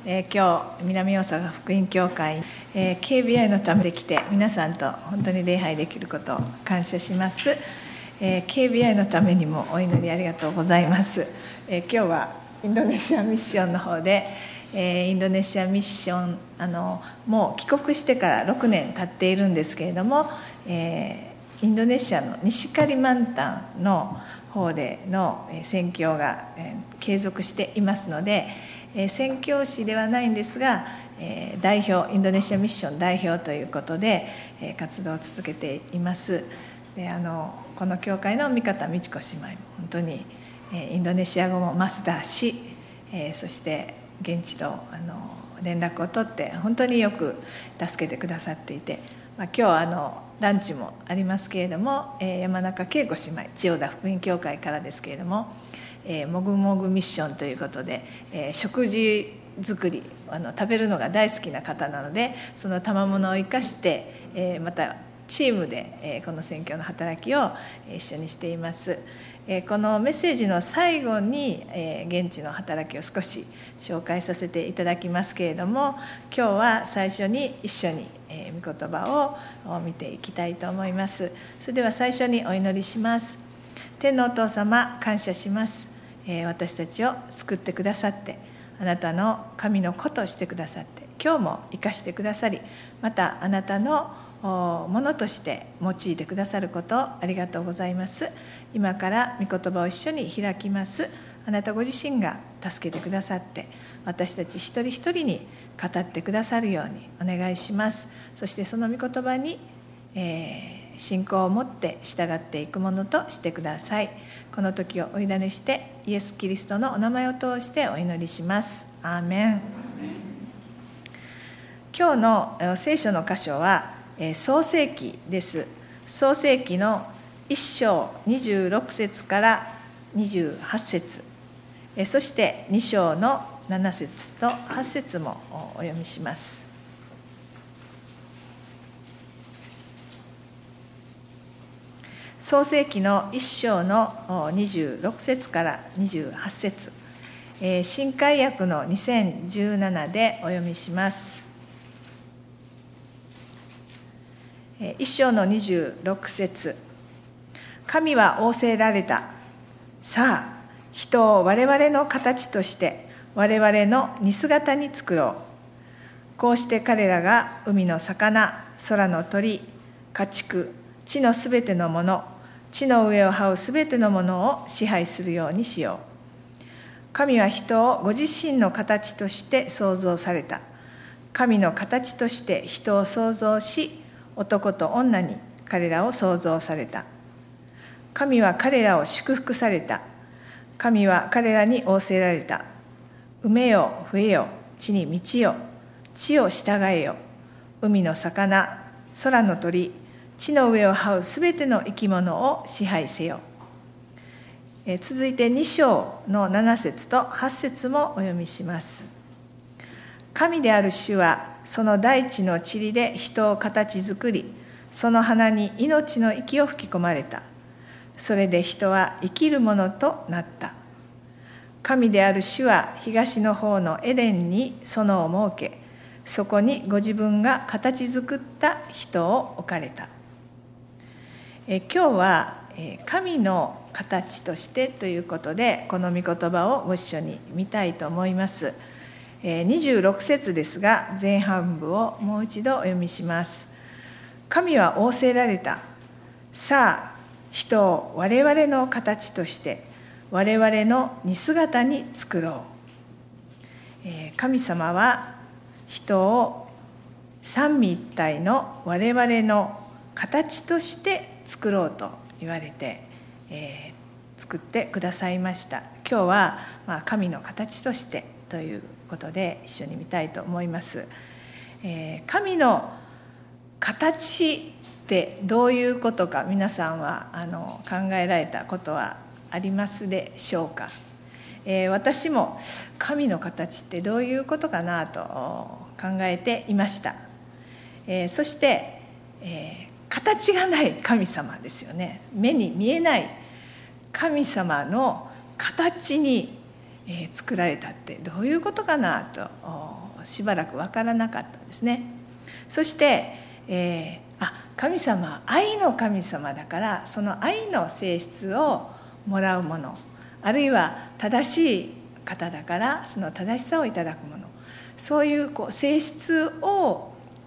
今日南大阪福音教会、KBI のためで来て皆さんと本当に礼拝できることを感謝します。KBI のためにもお祈りありがとうございます。今日はインドネシアミッションの方で、インドネシアミッションもう帰国してから6年経っているんですけれども、インドネシアの西カリマンタンの方での宣教が継続していますので、宣教師ではないんですが、代表インドネシアミッション代表ということで活動を続けています。でこの教会の三方美智子姉妹も本当にインドネシア語もマスターし、そして現地と連絡を取って本当によく助けてくださっていて、今日ランチもありますけれども、山中恵子姉妹千代田福音教会からですけれども、もぐもぐミッションということで、食事作り食べるのが大好きな方なので、その賜物を生かして、またチームで、この宣教の働きを一緒にしています。このメッセージの最後に、現地の働きを少し紹介させていただきますけれども、今日は最初に一緒に、御言葉を見ていきたいと思います。それでは最初にお祈りします。天のお父様、感謝します。私たちを救ってくださって、あなたの神の子としてくださって、今日も生かしてくださり、またあなたのものとして用いてくださることをありがとうございます。今から御言葉を一緒に開きます。あなたご自身が助けてくださって、私たち一人一人に語ってくださるようにお願いします。そしてその御言葉に、信仰を持って従っていくものとしてください。この時をお委ねしてイエス・キリストのお名前を通してお祈りします。アーメン。今日の聖書の箇所は創世記です。創世記の1章26節から28節、そして2章の7節と8節もお読みします。創世記の1章の26節から28節、新海訳の2017でお読みします。1章の26節、神は仰せられた。さあ、人を我々の形として我々の似姿に作ろう。こうして彼らが海の魚、空の鳥、家畜、地のすべてのもの、地の上を這うすべてのものを支配するようにしよう。神は人をご自身の形として創造された。神の形として人を創造し、男と女に彼らを創造された。神は彼らを祝福された。神は彼らに仰せられた。埋めよ、増えよ、地に満ちよ、地を従えよ。海の魚、空の鳥、地の上を這うすべての生き物を支配せよ。続いて2章の7節と8節もお読みします。神である主はその大地の塵で人を形作り、その花に命の息を吹き込まれた。それで人は生きるものとなった。神である主は東の方のエデンに園を設け、そこにご自分が形作った人を置かれた。今日は神の形としてということで、この御言葉をご一緒に見たいと思います。26節ですが、前半部をもう一度お読みします。神は仰せられた。さあ、人を我々の形として我々の似姿に作ろう。神様は人を三位一体の我々の形として作ろうと言われて、作ってくださいました。今日は、神の形としてということで一緒に見たいと思います。神の形ってどういうことか、皆さんは考えられたことはありますでしょうか。私も神の形ってどういうことかなと考えていました。そして、形がない神様ですよね。目に見えない神様の形に作られたってどういうことかなとしばらく分からなかったんですね。そして、神様は愛の神様だから、その愛の性質をもらうもの、あるいは正しい方だからその正しさをいただくもの、そういう性質を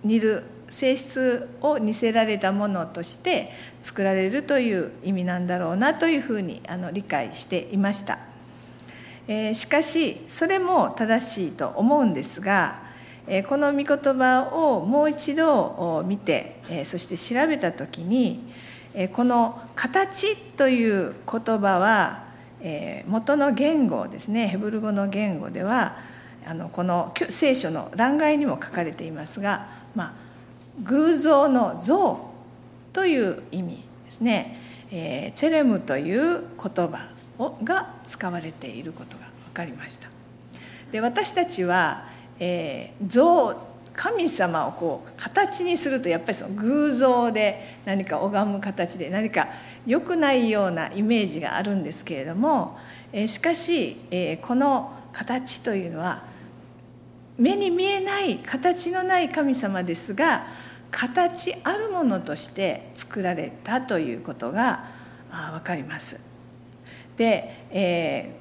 似せられたものとして作られるという意味なんだろうなというふうに理解していました。しかしそれも正しいと思うんですが、この御言葉をもう一度見て、そして調べたときに、この形という言葉は元の言語ですね、ヘブル語の言語ではこの聖書の欄外にも書かれていますが、偶像の像という意味ですね。チェレムという言葉が使われていることが分かりました。で、私たちは、像、神様を形にするとやっぱりその偶像で何か拝む形で何か良くないようなイメージがあるんですけれども、しかし、この形というのは目に見えない形のない神様ですが、形あるものとして作られたということが分かります。で、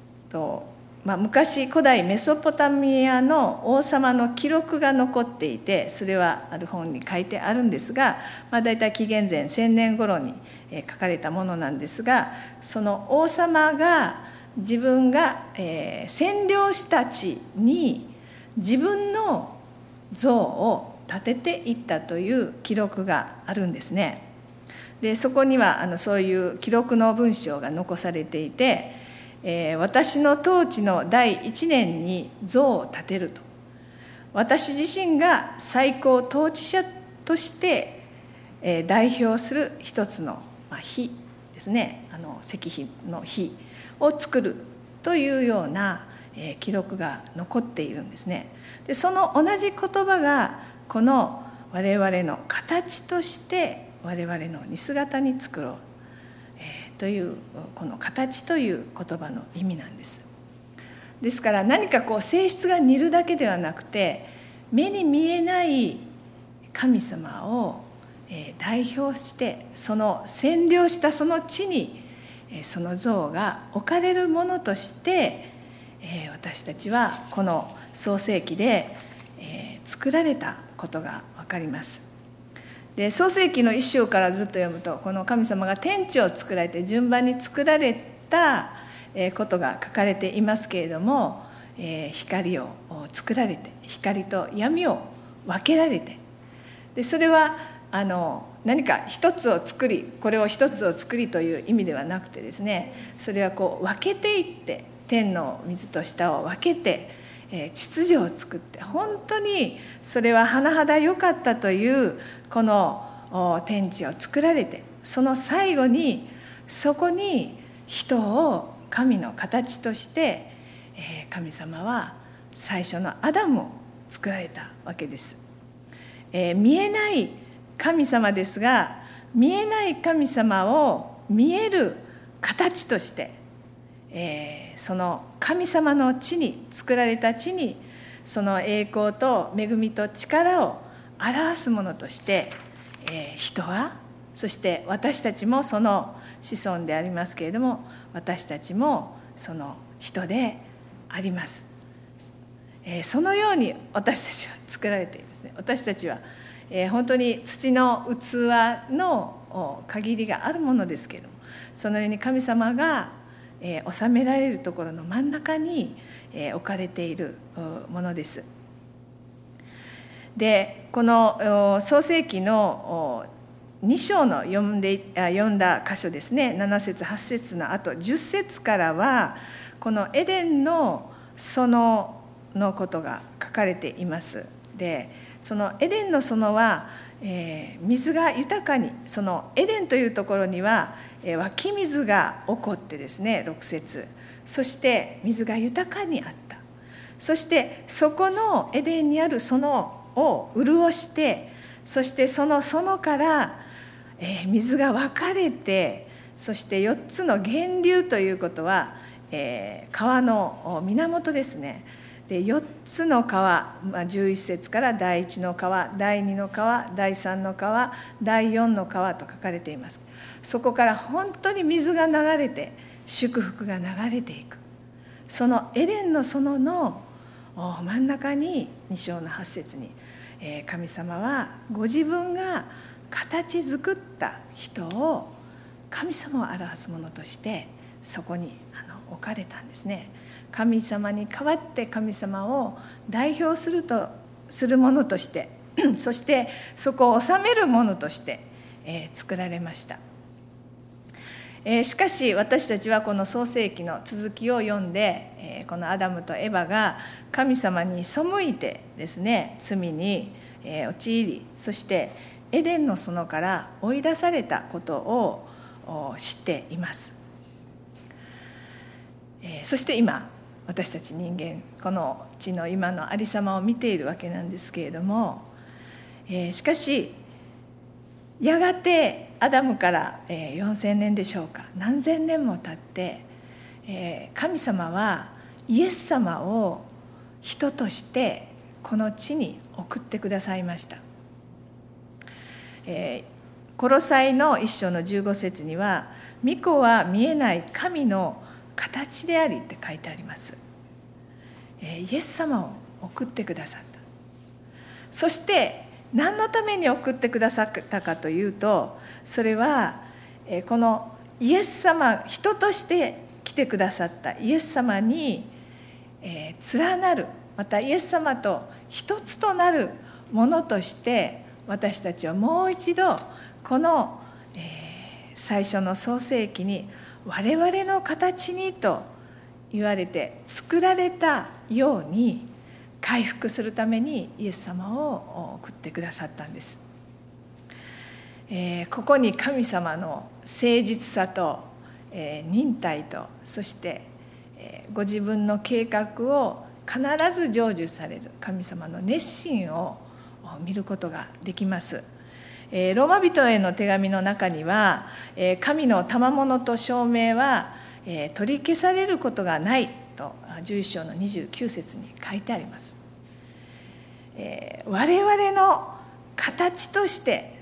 昔古代メソポタミアの王様の記録が残っていて、それはある本に書いてあるんですが、だいたい紀元前1000年頃に書かれたものなんですが、その王様が自分が占領した地に自分の像を建てていったという記録があるんですね。で、そこにはそういう記録の文章が残されていて、私の統治の第1年に像を建てると、私自身が最高統治者として代表する一つの碑ですね、石碑の碑を作るというような記録が残っているんですね。で、その同じ言葉がこの我々の形として我々の似姿に作ろうという、この形という言葉の意味なんです。ですから何か性質が似るだけではなくて、目に見えない神様を代表して、その占領したその地にその像が置かれるものとして私たちはこの創世記で作られたことが分かります。で、創世記の一章からずっと読むと、この神様が天地を作られて順番に作られたことが書かれていますけれども、光を作られて、光と闇を分けられて、でそれは何か一つを作り、これを一つを作りという意味ではなくてですね、それは分けていって、天の水と下を分けて秩序を作って、本当にそれは甚だ良かったというこの天地を作られて、その最後にそこに人を神の形として神様は最初のアダムを作られたわけです。見えない神様ですが、見えない神様を見える形として、その神様の地に、作られた地にその栄光と恵みと力を表すものとして、人は、そして私たちもその子孫でありますけれども、私たちもその人であります。そのように私たちは作られていますね。私たちは本当に土の器の限りがあるものですけれども、そのように神様が収められるところの真ん中に置かれているものです。で、この創世記の2章の読んだ箇所ですね、7節8節のあと10節からは、このエデンの園のことが書かれています。で、そのエデンの園は、水が豊かに、そのエデンというところには湧き水が起こってですね、6節、そして水が豊かにあった。そしてそこのエデンにある園を潤して、そしてその園から水が分かれて、そして4つの源流ということは川の源ですね。で4つの川、11節から第1の川、第2の川、第3の川、第4の川と書かれています。そこから本当に水が流れて祝福が流れていく。そのエデンの園の真ん中に2章の8節に神様はご自分が形作った人を神様を表すものとしてそこに置かれたんですね。神様に代わって神様を代表するものとしてそしてそこを治めるものとして、作られました。しかし私たちはこの創世記の続きを読んで、このアダムとエバが神様に背いてですね、罪に陥り、そしてエデンの園から追い出されたことを知っています。そして今私たち人間この地の今のありさまを見ているわけなんですけれども、しかしやがてアダムから4000年でしょうか、何千年も経って、神様はイエス様を人としてこの地に送ってくださいました。コロサイの1章の15節には、御子は見えない神の形でありって書いてあります。イエス様を送ってくださった。そして何のために送ってくださったかというと、それはこのイエス様、人として来てくださったイエス様に連なる、またイエス様と一つとなるものとして私たちはもう一度この最初の創世記に我々の形にと言われて作られたように回復するためにイエス様を送ってくださったんです。ここに神様の誠実さと忍耐と、そしてご自分の計画を必ず成就される神様の熱心を見ることができます。ローマ人への手紙の中には、神の賜物と証明は取り消されることがないと11章の29節に書いてあります。我々の形として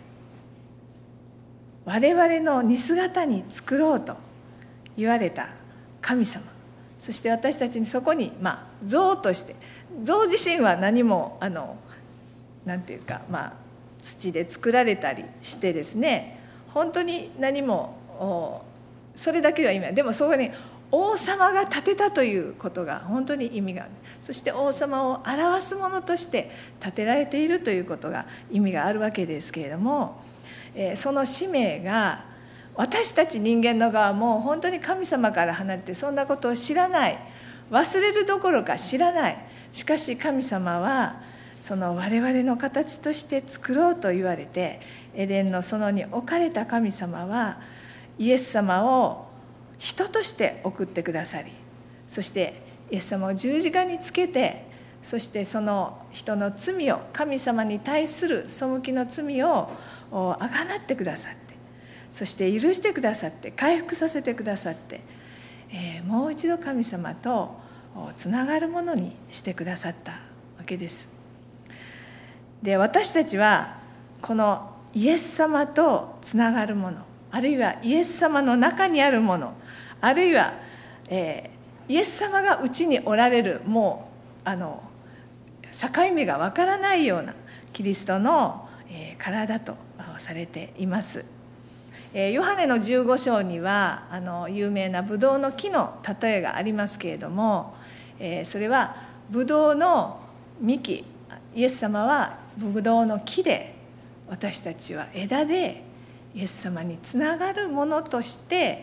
我々の似姿に作ろうと言われた神様、そして私たちにそこに像として、像自身は何もなんていうか、土で作られたりしてですね、本当に何もそれだけは意味ない。でもそこに王様が建てたということが本当に意味がある。そして王様を表すものとして建てられているということが意味があるわけですけれども、その使命が私たち人間の側も本当に神様から離れてそんなことを知らない、忘れるどころか知らない。しかし神様はその我々の形として作ろうと言われてエデンの園に置かれた神様はイエス様を人として送ってくださり、そしてイエス様を十字架につけて、そしてその人の罪を、神様に対する背きの罪をあがなってくださって、そして許してくださって回復させてくださって、もう一度神様とつながるものにしてくださったわけです。で、私たちはこのイエス様とつながるもの、あるいはイエス様の中にあるもの、あるいは、イエス様がうちにおられる、もう境目がわからないようなキリストの、体とされています。ヨハネの15章には有名なブドウの木の例えがありますけれども、それはブドウの幹、イエス様はブドウの木で、私たちは枝でイエス様につながるものとして、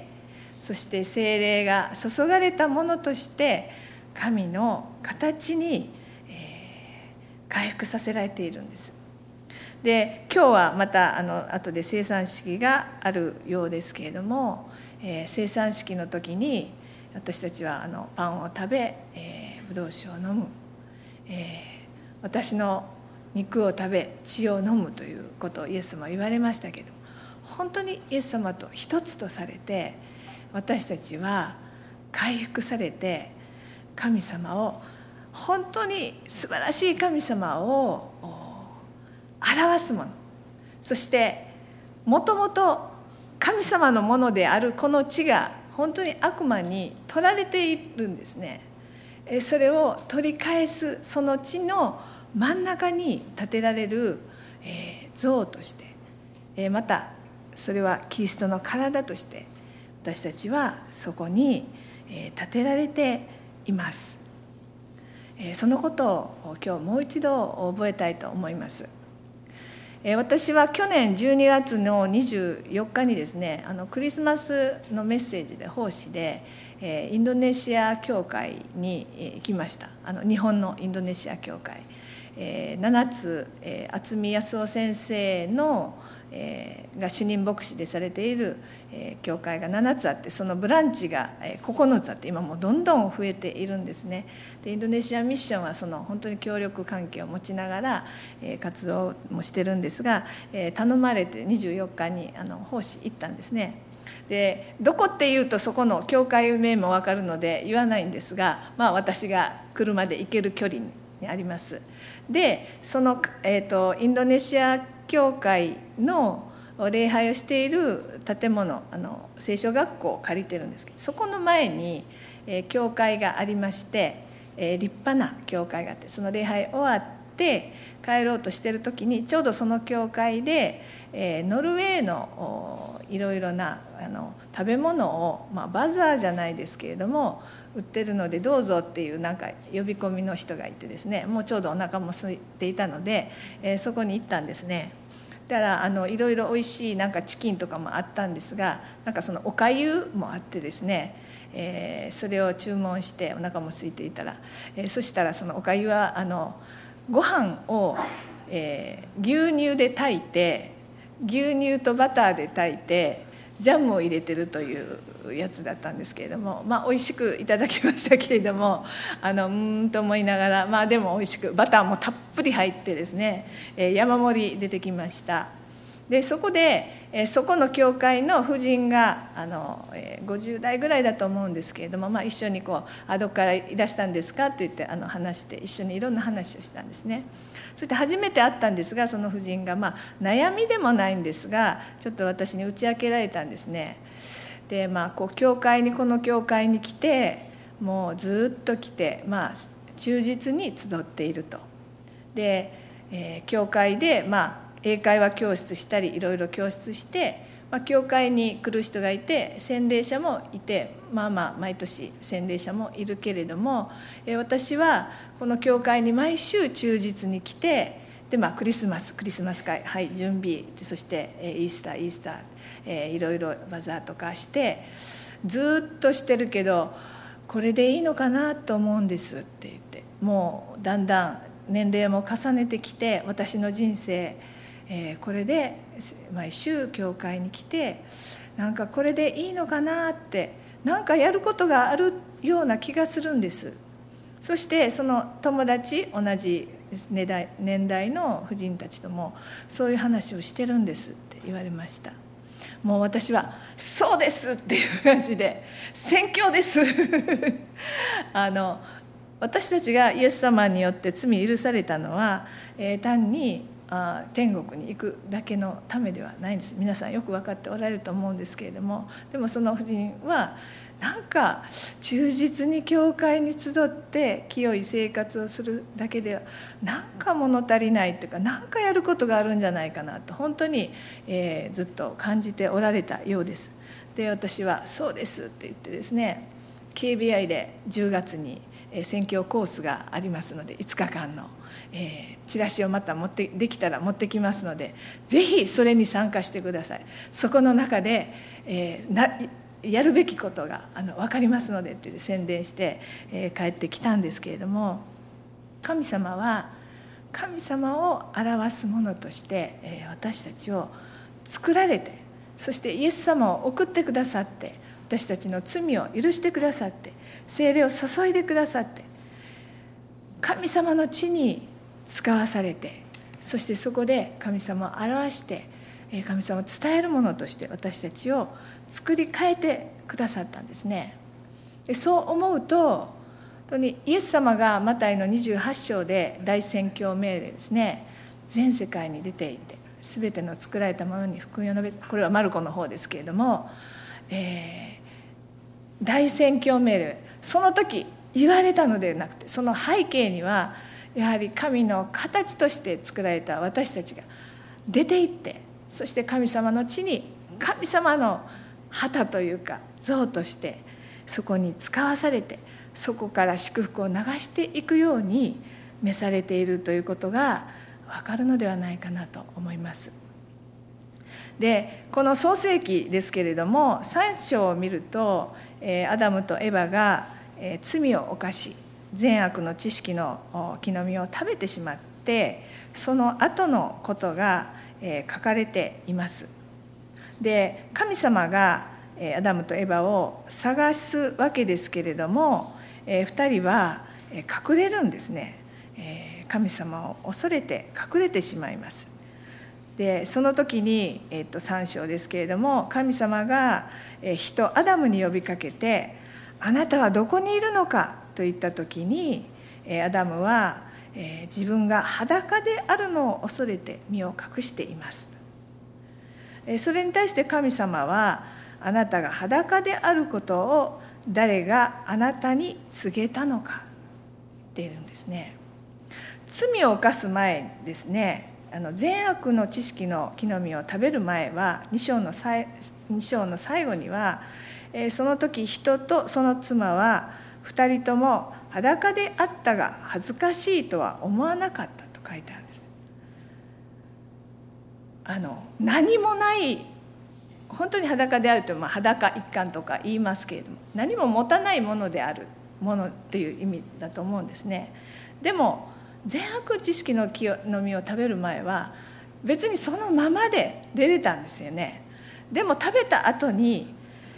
そして聖霊が注がれたものとして神の形に、回復させられているんです。で、今日はまた後で聖餐式があるようですけれども、聖餐式の時に私たちはパンを食べ、ブドウ酒を飲む、私の肉を食べ血を飲むということをイエス様は言われましたけど、本当にイエス様と一つとされて、私たちは回復されて、神様を、本当に素晴らしい神様を表すもの、そしてもともと神様のものであるこの地が本当に悪魔に取られているんですね。それを取り返す、その地の真ん中に建てられる像として、またそれはキリストの体として私たちはそこに建てられています。そのことを今日もう一度覚えたいと思います。私は去年12月の24日にですね、クリスマスのメッセージで奉仕でインドネシア教会に行きました。日本のインドネシア教会、7つ渥美康夫先生のが主任牧師でされている教会が7つあって、そのブランチが9つあって、今もうどんどん増えているんですね。でインドネシアミッションはその本当に協力関係を持ちながら活動もしてるんですが、頼まれて24日に奉仕行ったんですね。でどこっていうとそこの教会名も分かるので言わないんですが、私が車で行ける距離にあります。でその、インドネシア教会の礼拝をしている建物、聖書学校を借りてるんですけど、そこの前に教会がありまして、立派な教会があって、その礼拝終わって帰ろうとしている時にちょうどその教会でノルウェーのいろいろな食べ物を、バザーじゃないですけれども売ってるのでどうぞっていうなんか呼び込みの人がいてですね、もうちょうどお腹も空いていたので、そこに行ったんですね。だからいろいろおいしいなんかチキンとかもあったんですが、なんかそのおかゆもあってですね、それを注文してお腹も空いていたら、そしたらそのおかゆはご飯を、牛乳で炊いて、牛乳とバターで炊いてジャムを入れてるというやつだったんですけれども、美味しくいただきましたけれども、と思いながら、でも美味しく、バターもたっぷり入ってですね、山盛り出てきました。でそこでそこの教会の婦人が50代ぐらいだと思うんですけれども、一緒にどこからいらしたんですかって言って話して、一緒にいろんな話をしたんですね。そして初めて会ったんですが、その婦人が悩みでもないんですがちょっと私に打ち明けられたんですね。でこの教会に来てもうずっと来て、忠実に集っていると。で、教会で英会話教室したりいろいろ教室して、教会に来る人がいて洗礼者もいて、毎年洗礼者もいるけれども、私はこの教会に毎週忠実に来て、でクリスマス会、準備、そしてイースター、いろいろバザーとかしてずっとしてるけど、これでいいのかなと思うんですって言って、もうだんだん年齢も重ねてきて、私の人生これで毎週教会に来て、なんかこれでいいのかなって、なんかやることがあるような気がするんです。そしてその友達、同じ年代の婦人たちともそういう話をしてるんですって言われました。もう私はそうですっていう感じで、宣教です私たちがイエス様によって罪許されたのは、単に天国に行くだけのためではないんです。皆さんよく分かっておられると思うんですけれども、でもその婦人はなんか忠実に教会に集って清い生活をするだけではなんか物足りないというか、なんかやることがあるんじゃないかなと本当に、ずっと感じておられたようです。で私はそうですって言ってですね、 KBI で10月に宣教コースがありますので、5日間のチラシをまたできたら持ってきますので、ぜひそれに参加してください。そこの中で、やるべきことが分かりますのでって宣伝して、帰ってきたんですけれども、神様は神様を表すものとして、私たちを作られて、そしてイエス様を送ってくださって、私たちの罪を許してくださって、聖霊を注いでくださって、神様の地に使わされて、そしてそこで神様を表して神様を伝えるものとして私たちを作り変えてくださったんですね。 そう思うと本当にイエス様がマタイの28章で大宣教命令ですね、全世界に出ていて全ての作られたものに福音を述べ、これはマルコの方ですけれども、大宣教命令、その時言われたのではなくて、その背景にはやはり神の形として作られた私たちが出て行って、そして神様の地に神様の旗というか像としてそこに使わされて、そこから祝福を流していくように召されているということが分かるのではないかなと思います。でこの創世記ですけれども、3章を見るとアダムとエバが罪を犯し善悪の知識の木の実を食べてしまって、その後のことが書かれています。で神様がアダムとエバを探すわけですけれども、2人は隠れるんですね。神様を恐れて隠れてしまいます。でその時に、3章ですけれども、神様が人アダムに呼びかけて、あなたはどこにいるのかと言った時に、アダムは自分が裸であるのを恐れて身を隠しています。それに対して神様は、あなたが裸であることを誰があなたに告げたのか言っているんですね。罪を犯す前ですね、善悪の知識の木の実を食べる前は2章の最後には、その時人とその妻は2人とも裸であったが恥ずかしいとは思わなかったと書いてあるんです。何もない本当に裸であるという、裸一貫とか言いますけれども、何も持たないものであるものっていう意味だと思うんですね。でも善悪知識の木の実を食べる前は別にそのままで出れたんですよね。でも食べた後に、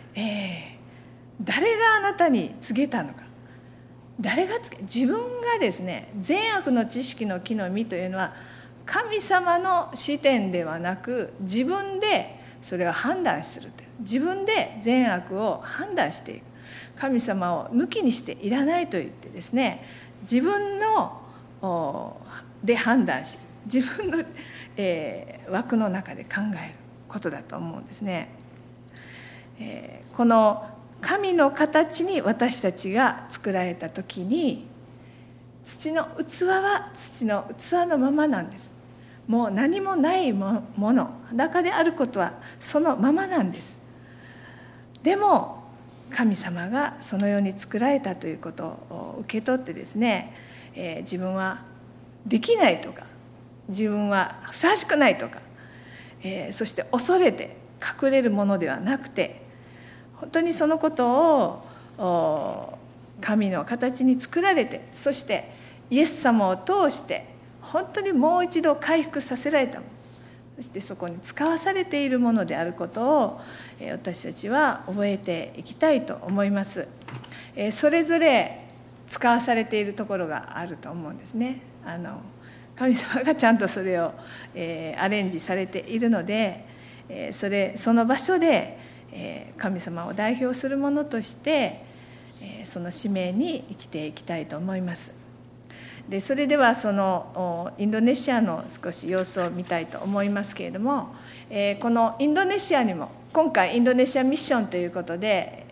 誰があなたに告げたのか、自分がですね、善悪の知識の木の実というのは神様の視点ではなく、自分でそれを判断するという、自分で善悪を判断していく、神様を抜きにしていらないと言ってですね、自分ので判断し、自分の、枠の中で考えることだと思うんですね。この神の形に私たちが作られた時に、土の器は土の器のままなんです。もう何もないもの、裸であることはそのままなんです。でも神様がそのように作られたということを受け取ってですね、自分はできないとか、自分はふさわしくないとか、そして恐れて隠れるものではなくて、本当にそのことを神の形に作られて、そしてイエス様を通して本当にもう一度回復させられたもの、そしてそこに使わされているものであることを私たちは覚えていきたいと思います。それぞれ使わされているところがあると思うんですね。神様がちゃんとそれをアレンジされているので、その場所で神様を代表するものとしてその使命に生きていきたいと思います。でそれではそのインドネシアの少し様子を見たいと思いますけれども、このインドネシアにも今回インドネシアミッションということで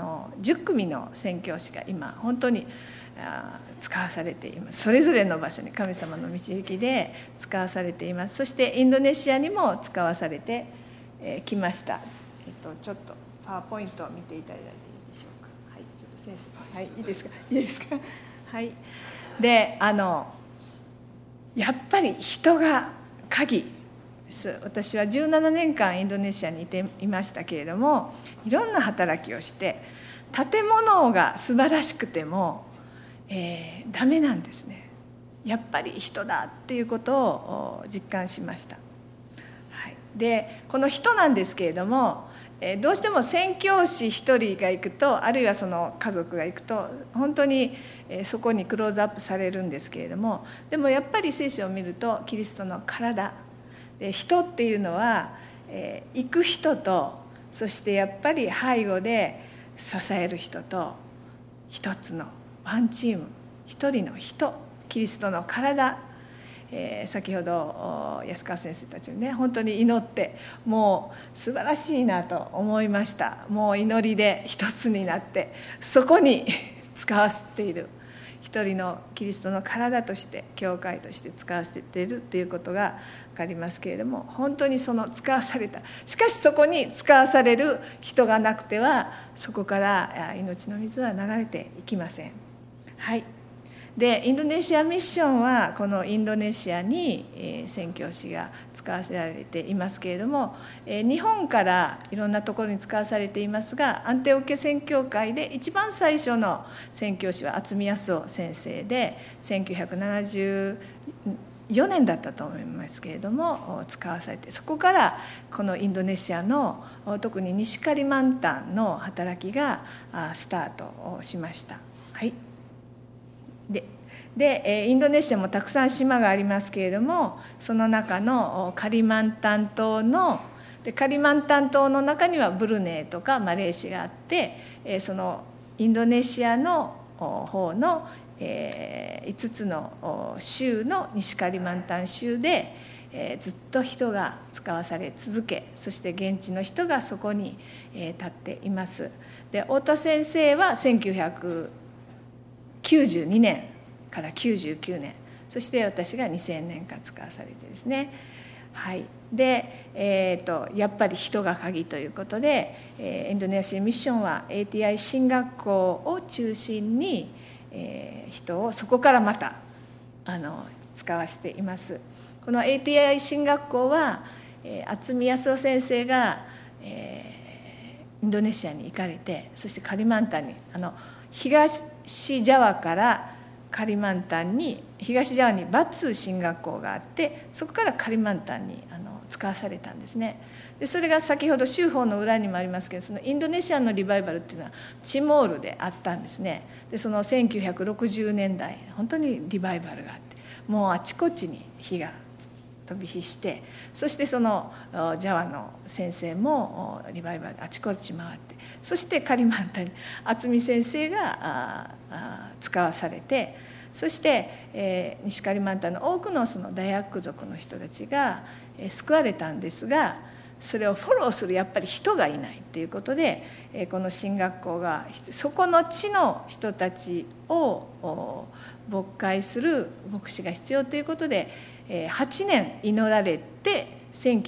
10組の宣教師が今本当に使わされています。それぞれの場所に神様の導きで使わされています。そしてインドネシアにも使わされてきました。ちょっとパワーポイントを見ていただいていいでしょうか。はい、ちょっと先生、はい、いいですか。いいですか。はい。で、やっぱり人が鍵です。私は17年間インドネシアにいていましたけれども、いろんな働きをして建物が素晴らしくても、ダメなんですね。やっぱり人だっていうことを実感しました。はい、でこの人なんですけれども、どうしても宣教師一人が行くと、あるいはその家族が行くと本当にそこにクローズアップされるんですけれども、でもやっぱり聖書を見るとキリストの体で、人っていうのは行く人と、そしてやっぱり背後で支える人と、 一つのワンチーム、一人の人、キリストの体、先ほど安川先生たちにね本当に祈って、もう素晴らしいなと思いました。もう祈りで一つになってそこに使わせている、一人のキリストの体として教会として使わせているということが分かりますけれども、本当にその使わされた、しかしそこに使わされる人がなくてはそこから命の水は流れていきません。はい。でインドネシアミッションはこのインドネシアに宣教師が使わせられていますけれども、日本からいろんなところに使わされていますが、アンテオケ宣教会で一番最初の宣教師は渥美康夫先生で、1974年だったと思いますけれども使わされて、そこからこのインドネシアの特に西カリマンタンの働きがスタートをしました。はい。でインドネシアもたくさん島がありますけれども、その中のカリマンタン島の中にはブルネイとかマレーシアがあって、そのインドネシアの方の5つの州の西カリマンタン州でずっと人が使わされ続け、そして現地の人がそこに立っています。で太田先生は1992年から99年、そして私が2000年間使わされてですね、はい。で、やっぱり人が鍵ということで、インドネシアミッションは ATI 神学校を中心に、人をそこからまた使わせています。この ATI 神学校は、渥美康夫先生が、インドネシアに行かれて、そしてカリマンタンに東ジャワからカリマンタンに、東ジャワにバツ神学校があって、そこからカリマンタンに使わされたんですね。でそれが先ほど州法の裏にもありますけど、そのインドネシアのリバイバルっていうのはチモールであったんですね。でその1960年代本当にリバイバルがあって、もうあちこちに火が飛び火して、そしてそのジャワの先生もリバイバルであちこち回って、そしてカリマンタンに渥美先生が使わされて、そして、西カリマンタンの多くのそのダヤック族の人たちが救われたんですが、それをフォローするやっぱり人がいないということで、この神学校がそこの地の人たちを牧会する牧師が必要ということで、8年祈られて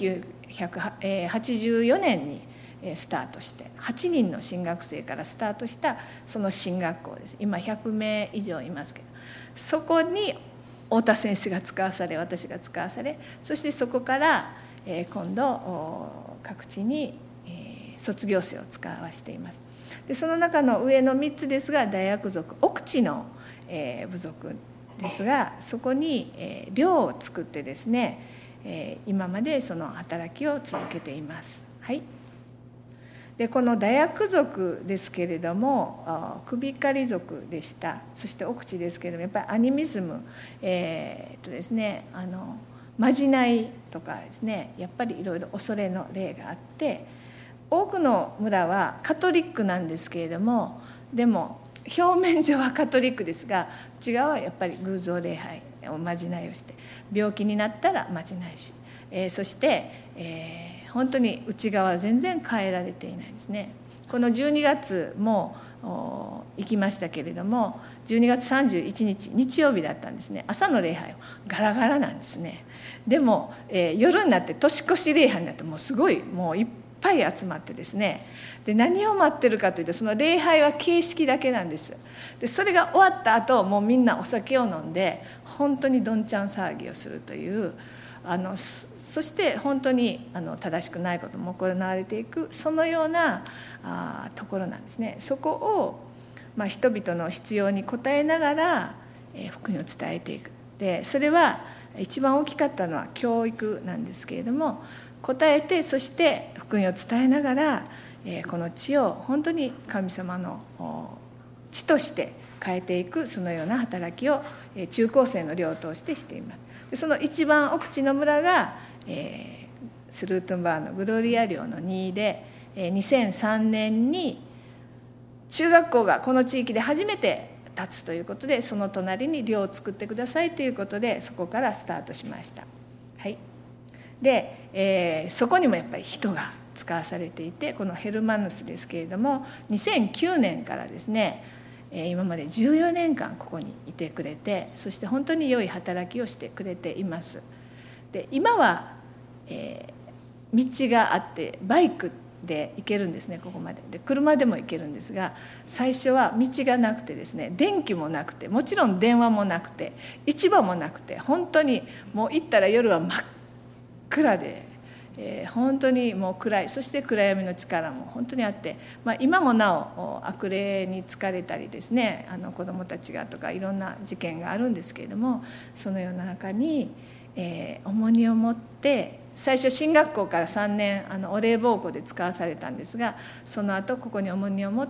1984年にスタートして、8人の神学生からスタートしたその神学校です。今100名以上いますけど、そこに太田先生が使わされ、私が使わされ、そしてそこから今度各地に卒業生を使わしています。でその中の上の3つですが、大学族奥地の部族ですが、そこに寮を作ってですね、今までその働きを続けています。はい。でこの大学族ですけれども、首刈族でした。そして奥地ですけれども、やっぱりアニミズム、ですね、まじないとかですね、やっぱりいろいろ恐れの例があって、多くの村はカトリックなんですけれども、でも表面上はカトリックですが、内側はやっぱり偶像礼拝おまじないをして、病気になったらまじないし、そして、本当に内側は全然変えられていないですね。この12月も行きましたけれども、12月31日日曜日だったんですね。朝の礼拝ガラガラなんですね。でも、夜になって年越し礼拝になって、もうすごいもういっぱい集まってですね、で何を待ってるかというと、その礼拝は形式だけなんです。でそれが終わった後、もうみんなお酒を飲んで本当にどんちゃん騒ぎをするという、そして本当に正しくないことも行われていく、そのようなところなんですね。そこを、人々の必要に応えながら、福音を伝えていく。でそれは一番大きかったのは教育なんですけれども、応えて、そして福音を伝えながら、この地を本当に神様の地として変えていく、そのような働きを中高生の寮を通してしています。でその一番奥地の村が、スルートンバーのグロリア寮の2で、2003年に中学校がこの地域で初めて建つということで、その隣に寮を作ってくださいということで、そこからスタートしました。はい、で、そこにもやっぱり人が使わされていて、このヘルマヌスですけれども、2009年からですね、今まで14年間ここにいてくれて、そして本当に良い働きをしてくれています。で、今は、道があってバイクで行けるんですね、ここまで。で、車でも行けるんですが、最初は道がなくてですね、電気もなくて、もちろん電話もなくて、市場もなくて、本当にもう行ったら夜は真っ暗で、本当にもう暗い、そして暗闇の力も本当にあって、今もなお悪霊に疲れたりですね、子どもたちがとかいろんな事件があるんですけれども、そのような中に、重荷を持って、最初進学校から3年お礼奉公で使わされたんですが、その後ここに重荷を持って、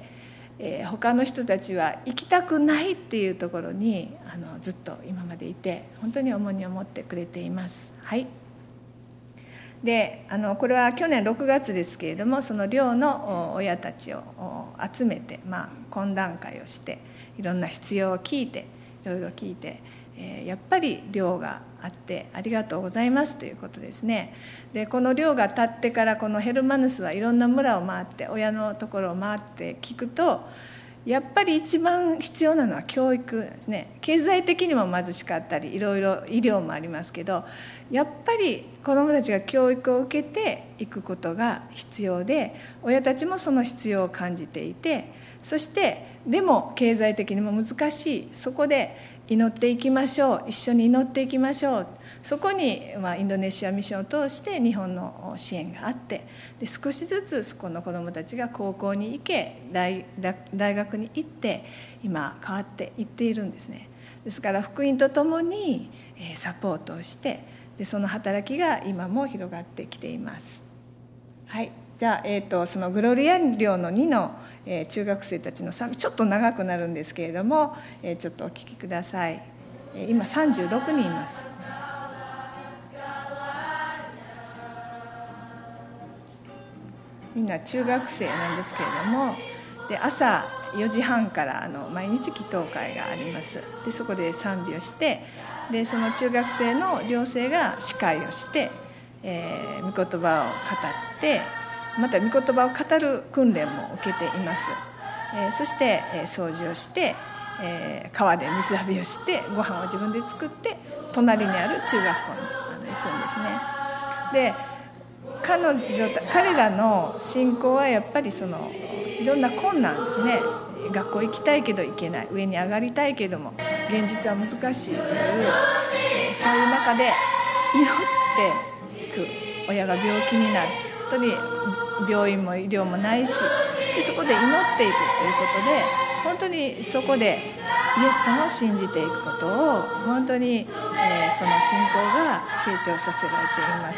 他の人たちは行きたくないっていうところにずっと今までいて、本当に重荷を持ってくれています。はい。で、これは去年6月ですけれども、その寮の親たちを集めて、懇談会をして、いろんな必要を聞いて、いろいろ聞いて、やっぱり寮があってありがとうございますということですね。で、この寮が建ってから、このヘルマヌスはいろんな村を回って、親のところを回って聞くと、やっぱり一番必要なのは教育ですね。経済的にも貧しかったり、いろいろ医療もありますけど、やっぱり子どもたちが教育を受けていくことが必要で、親たちもその必要を感じていて、そしてでも経済的にも難しい、そこで祈っていきましょう、一緒に祈っていきましょう。そこに、インドネシアミッションを通して日本の支援があって、で少しずつそこの子どもたちが高校に行け、大学に行って、今変わっていっているんですね。ですから福音とともにサポートをして、でその働きが今も広がってきています。はい、じゃあ、そのグロリア寮の2の中学生たちの賛美、ちょっと長くなるんですけれども、ちょっとお聞きください。今36人います。みんな中学生なんですけれども、で朝4時半から毎日祈祷会があります。でそこで賛美をして、でその中学生の寮生が司会をして、御言葉を語って、また御言葉を語る訓練も受けています。そして、掃除をして、川で水浴びをして、ご飯を自分で作って隣にある中学校に行くんですね。で彼らの信仰はやっぱりいろんな困難ですね。学校行きたいけど行けない、上に上がりたいけども現実は難しいという、そういう中で祈っていく。親が病気になる、本当に病院も医療もないし、でそこで祈っていくということで、本当にそこでイエス様を信じていくことを、本当に、その信仰が成長させられています。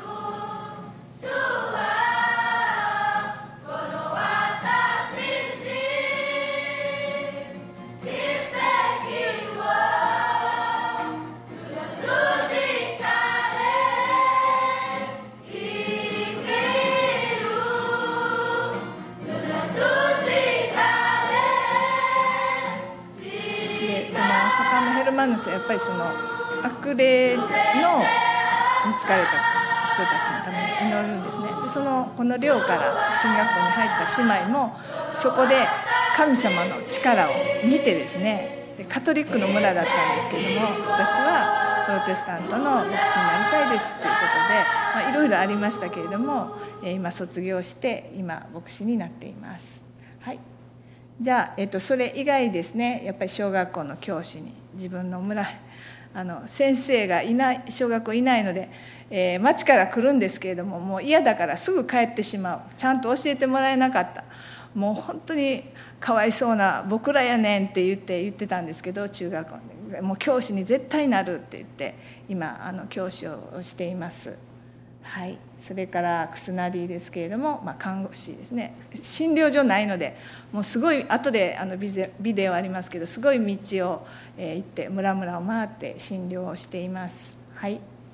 ヘルマヌスはやっぱりその悪霊のに疲れた人たちのために祈るんですね。でこの寮から進学校に入った姉妹もそこで神様の力を見てですね、でカトリックの村だったんですけれども、私はプロテスタントの牧師になりたいですということで、いろいろありましたけれども、今卒業して今牧師になっています。はい、じゃあ、それ以外ですね、やっぱり小学校の教師に、自分の村先生がいない、小学校いないので、町から来るんですけれども、もう嫌だからすぐ帰ってしまう、ちゃんと教えてもらえなかった、もう本当にかわいそうな僕らやねんって言ってたんですけど、中学校でもう教師に絶対なるって言って今教師をしています。はい、それからクスナディですけれども、看護師ですね。診療所ないので、もうすごい後でビデオありますけど、すごい道を行って村々を回って診療をしています。はい、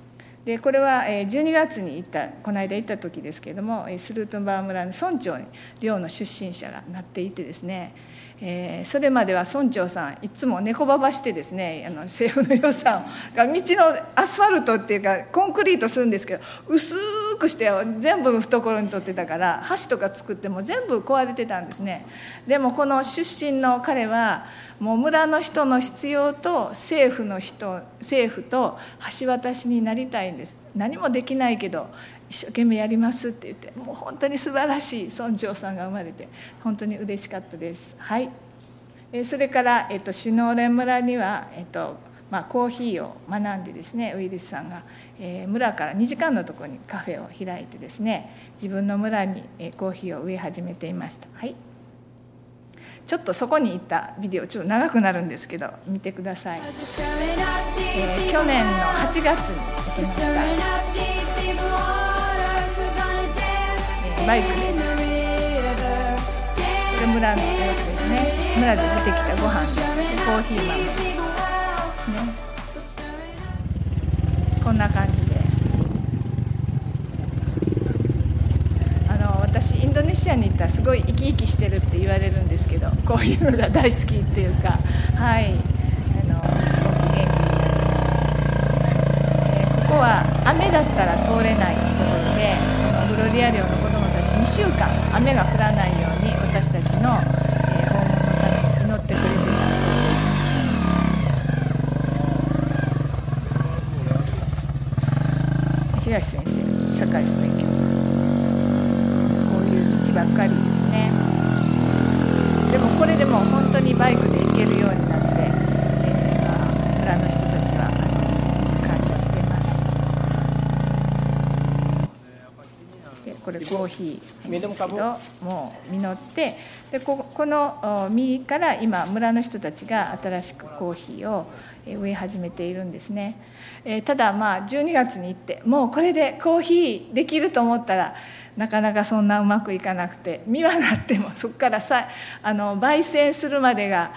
でこれは12月にこの間行った時ですけれども、スルートンバー村の村長に寮の出身者がなっていてですね、それまでは村長さんいつも猫ばばしてですね、政府の予算が道のアスファルトっていうかコンクリートするんですけど、薄くして全部懐に取ってたから、橋とか作っても全部壊れてたんですね。でもこの出身の彼はもう村の人の必要と政府と橋渡しになりたいんです。何もできないけど一生懸命やりますって言って、もう本当に素晴らしい村長さんが生まれて本当に嬉しかったです。はい。それから、首脳連村には、コーヒーを学んでですね、ウィリスさんが、村から2時間のところにカフェを開いてですね、自分の村に、コーヒーを植え始めていました。はい。ちょっとそこに行ったビデオ、ちょっと長くなるんですけど見てください。去年の8月に行きました。バイクで、これ村の様子ですね。村で出てきたご飯です。コーヒー豆ですね。こんな感じで、私インドネシアに行ったらすごい生き生きしてるって言われるんですけど、こういうのが大好きっていうか、はい、すごく元気になってます。ここは雨だったら通れないところで、このグロリア寮の子どもたち2週間雨が降らないように私たちの訪問のために祈ってくれていたそうです。東先生、社会の勉強、こういう道ばっかりですね。でもこれでも本当にバイクで行けるようになって、村の人たちは感謝しています。でこれコーヒーなんですけど、もう実って、でこの実から今村の人たちが新しくコーヒーを植え始めているんですね。ただ12月に行ってもうこれでコーヒーできると思ったらなかなかそんなうまくいかなくて、実はなってもそこから焙煎するまでが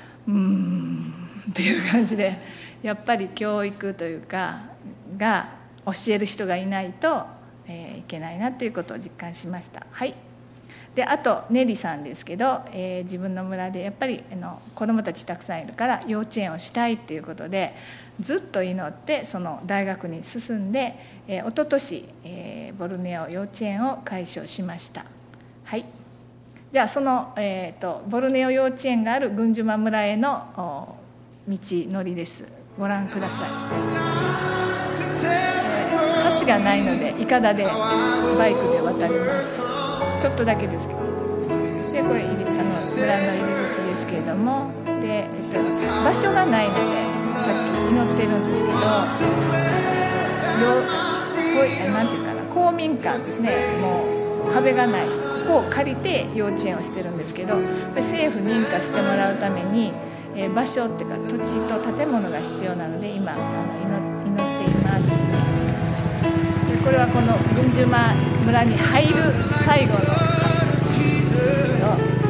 っていう感じで、やっぱり教育というかが教える人がいないといけないなということを実感しました。はい。であとネリさんですけど、自分の村でやっぱり子どもたちたくさんいるから幼稚園をしたいっていうことでずっと祈って、その大学に進んで、一昨年、ボルネオ幼稚園を開所しました。はい。じゃあその、ボルネオ幼稚園があるグンジュマ村への道のりです。ご覧ください。橋がないのでいかだでバイクで渡ります。ちょっとだけですけど。でこれ村の入り口ですけれども、で、場所がないのでさっき祈ってるんですけど、なんていうかな、公民館ですね。もう壁がないです。ここを借りて幼稚園をしてるんですけど、政府認可してもらうために、場所っていうか土地と建物が必要なので今祈っています。でこれはこのグンジュマ村に入る最後の橋ですけど、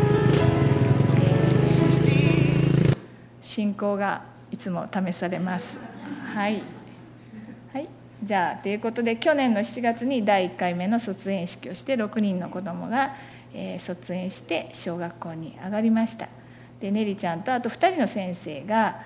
信仰がいつも試されます。はい、はい、じゃあということで去年の7月に第1回目の卒園式をして6人の子どもが、卒園して小学校に上がりました。でネリちゃんとあと2人の先生が、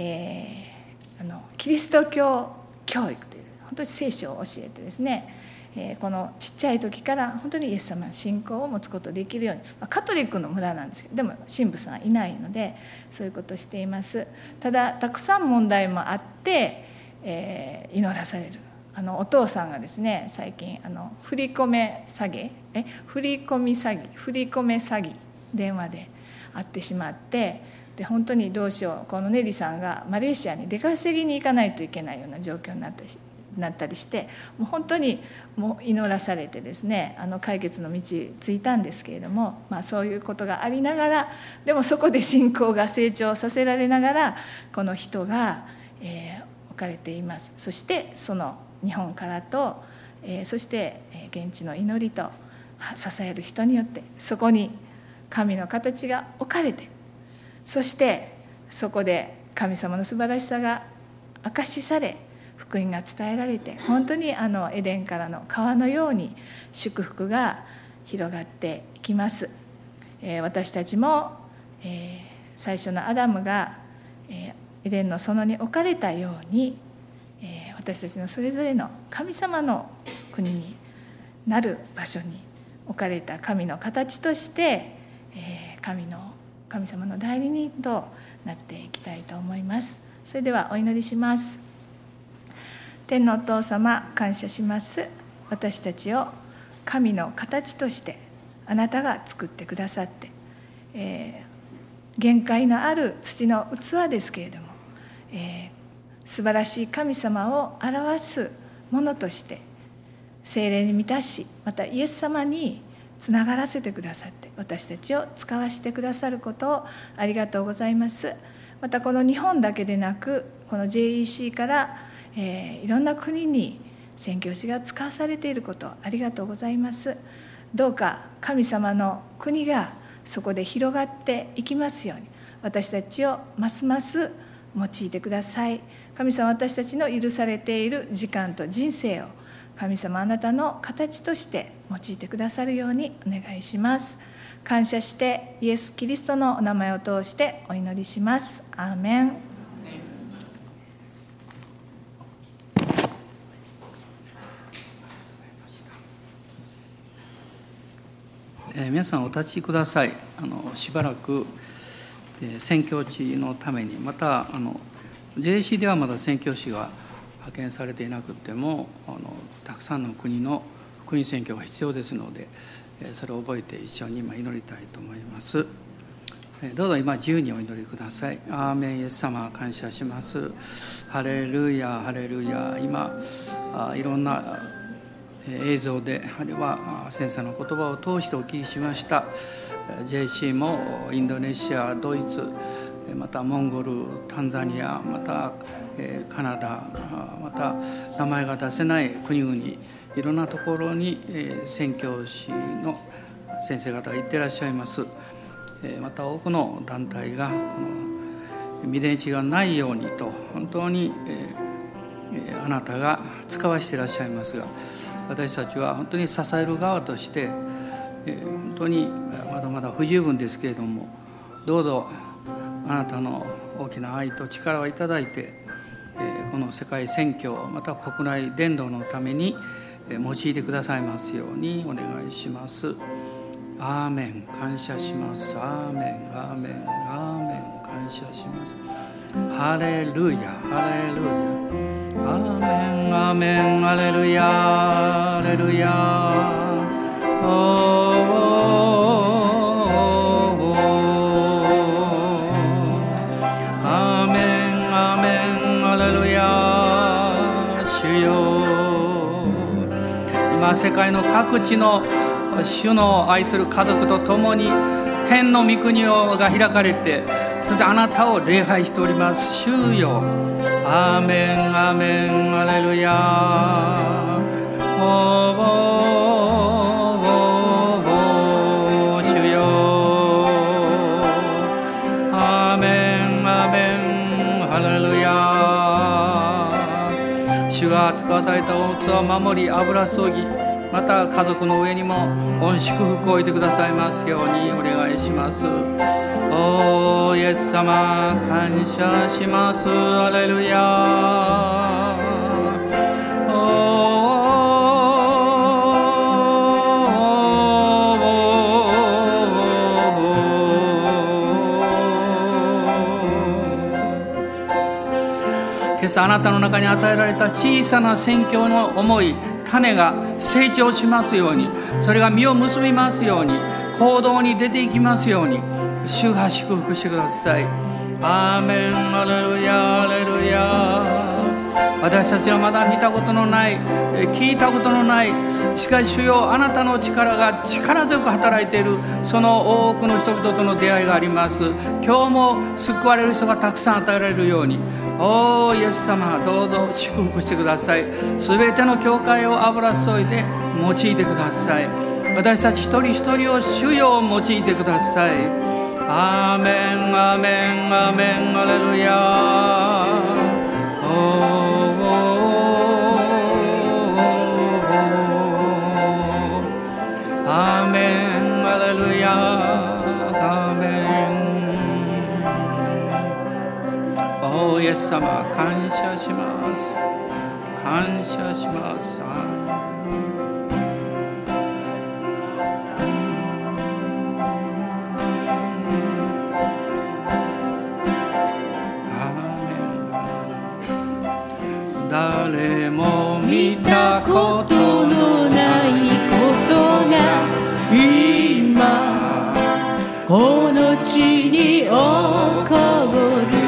キリスト教教育という本当に聖書を教えてですね、このちっちゃい時から本当にイエス様の信仰を持つことができるように、カトリックの村なんですけど、でも神父さんはいないのでそういうことをしています。ただたくさん問題もあって、祈らされる。お父さんがですね最近振り込め詐欺電話で会ってしまって、で本当にどうしよう、このネリさんがマレーシアに出稼ぎに行かないといけないような状況になったりして、もう本当にもう祈らされてですね、解決の道ついたんですけれども、そういうことがありながら、でもそこで信仰が成長させられながらこの人が、置かれています。そしてその日本からと、そして現地の祈りと支える人によってそこに神の形が置かれて、そしてそこで神様の素晴らしさが証しされ、 福音が伝えられて、本当にエデンからの川のように祝福が広がっていきます。私たちも、最初のアダムが、エデンの園に置かれたように、私たちのそれぞれの神様の国になる場所に置かれた神の形として、神様の代理人となっていきたいと思います。それではお祈りします。天のお父様、感謝します。私たちを神の形としてあなたが作ってくださって、限界のある土の器ですけれども、素晴らしい神様を表すものとして聖霊に満たし、またイエス様につながらせてくださって、私たちを使わせてくださることをありがとうございます。またこの日本だけでなく、この JEC から、いろんな国に宣教師が使わされていることをありがとうございます。どうか神様の国がそこで広がっていきますように、私たちをますます用いてください。神様、私たちの許されている時間と人生を神様、あなたの形として用いてくださるようにお願いします。感謝してイエス・キリストのお名前を通してお祈りします。アーメン。 皆さんお立ちください。しばらく宣教地のために、またJC ではまだ宣教師が派遣されていなくても、たくさんの国の福音宣教が必要ですので、それを覚えて一緒に今祈りたいと思います。どうぞ今自由にお祈りください。アーメン。イエス様感謝します。ハレルヤハレルヤ。今いろんな映像で、あるいは先生の言葉を通してお聞きしました。 JC もインドネシア、ドイツ、またモンゴル、タンザニア、またカナダ、また名前が出せない国々、いろんなところに宣教師の先生方が行っていらっしゃいます。また多くの団体がこの未練値がないようにと本当にあなたが使わしていらっしゃいますが、私たちは本当に支える側として本当にまだまだ不十分ですけれども、どうぞあなたの大きな愛と力をいただいて、この世界宣教、また国内伝道のために用いてくださいますようにお願いします。アーメン。感謝します。アーメンアーメンアーメン。感謝します。ハレルヤハレルヤ。アーメンアーメンハレルヤハレルヤ。アーメンアーメンハレルヤ。主よ、今世界の各地の主の愛する家族と共に天の御国が開かれて、そしてあなたを礼拝しております。主よ、アーメンアーメンハレルヤ。主よ、アーメンアーメンハレルヤ。主が使わされた大器を守り、油注ぎ、また家族の上にも御祝福を置いてくださいますようにお願いします。おーイエス様感謝します。ハレルヤ。今朝あなたの中に与えられた小さな宣教の思い、種が成長しますように、それが実を結びますように、行動に出ていきますように、主が祝福してください。アーメンハレルヤハレルヤ。私たちはまだ見たことのない、聞いたことのない、しかし主よ、あなたの力が力強く働いている、その多くの人々との出会いがあります。今日も救われる人がたくさん与えられるように、おーイエス様どうぞ祝福してください。すべての教会を油注いで用いてください。私たち一人一人を主よ用いてください。アーメンアーメンアーメンハレルヤ。 様感謝します。感謝します。誰も見たことのないことが今この地に起こる。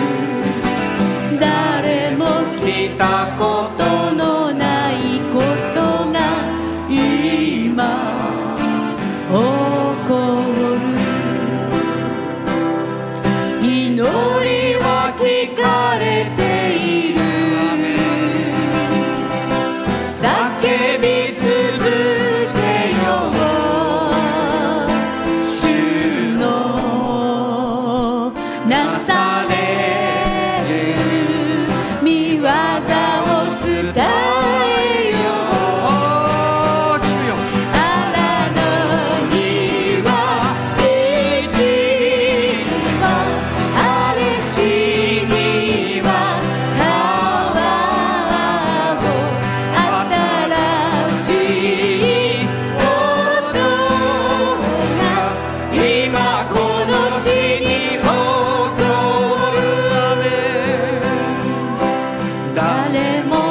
誰も聞いたことのないことが今起こる。祈りは聞かれている。叫び続けよう。主のなされる御業を伝えよう。あなたには一もあれ地には川を新しいことが今この地に起こる。誰も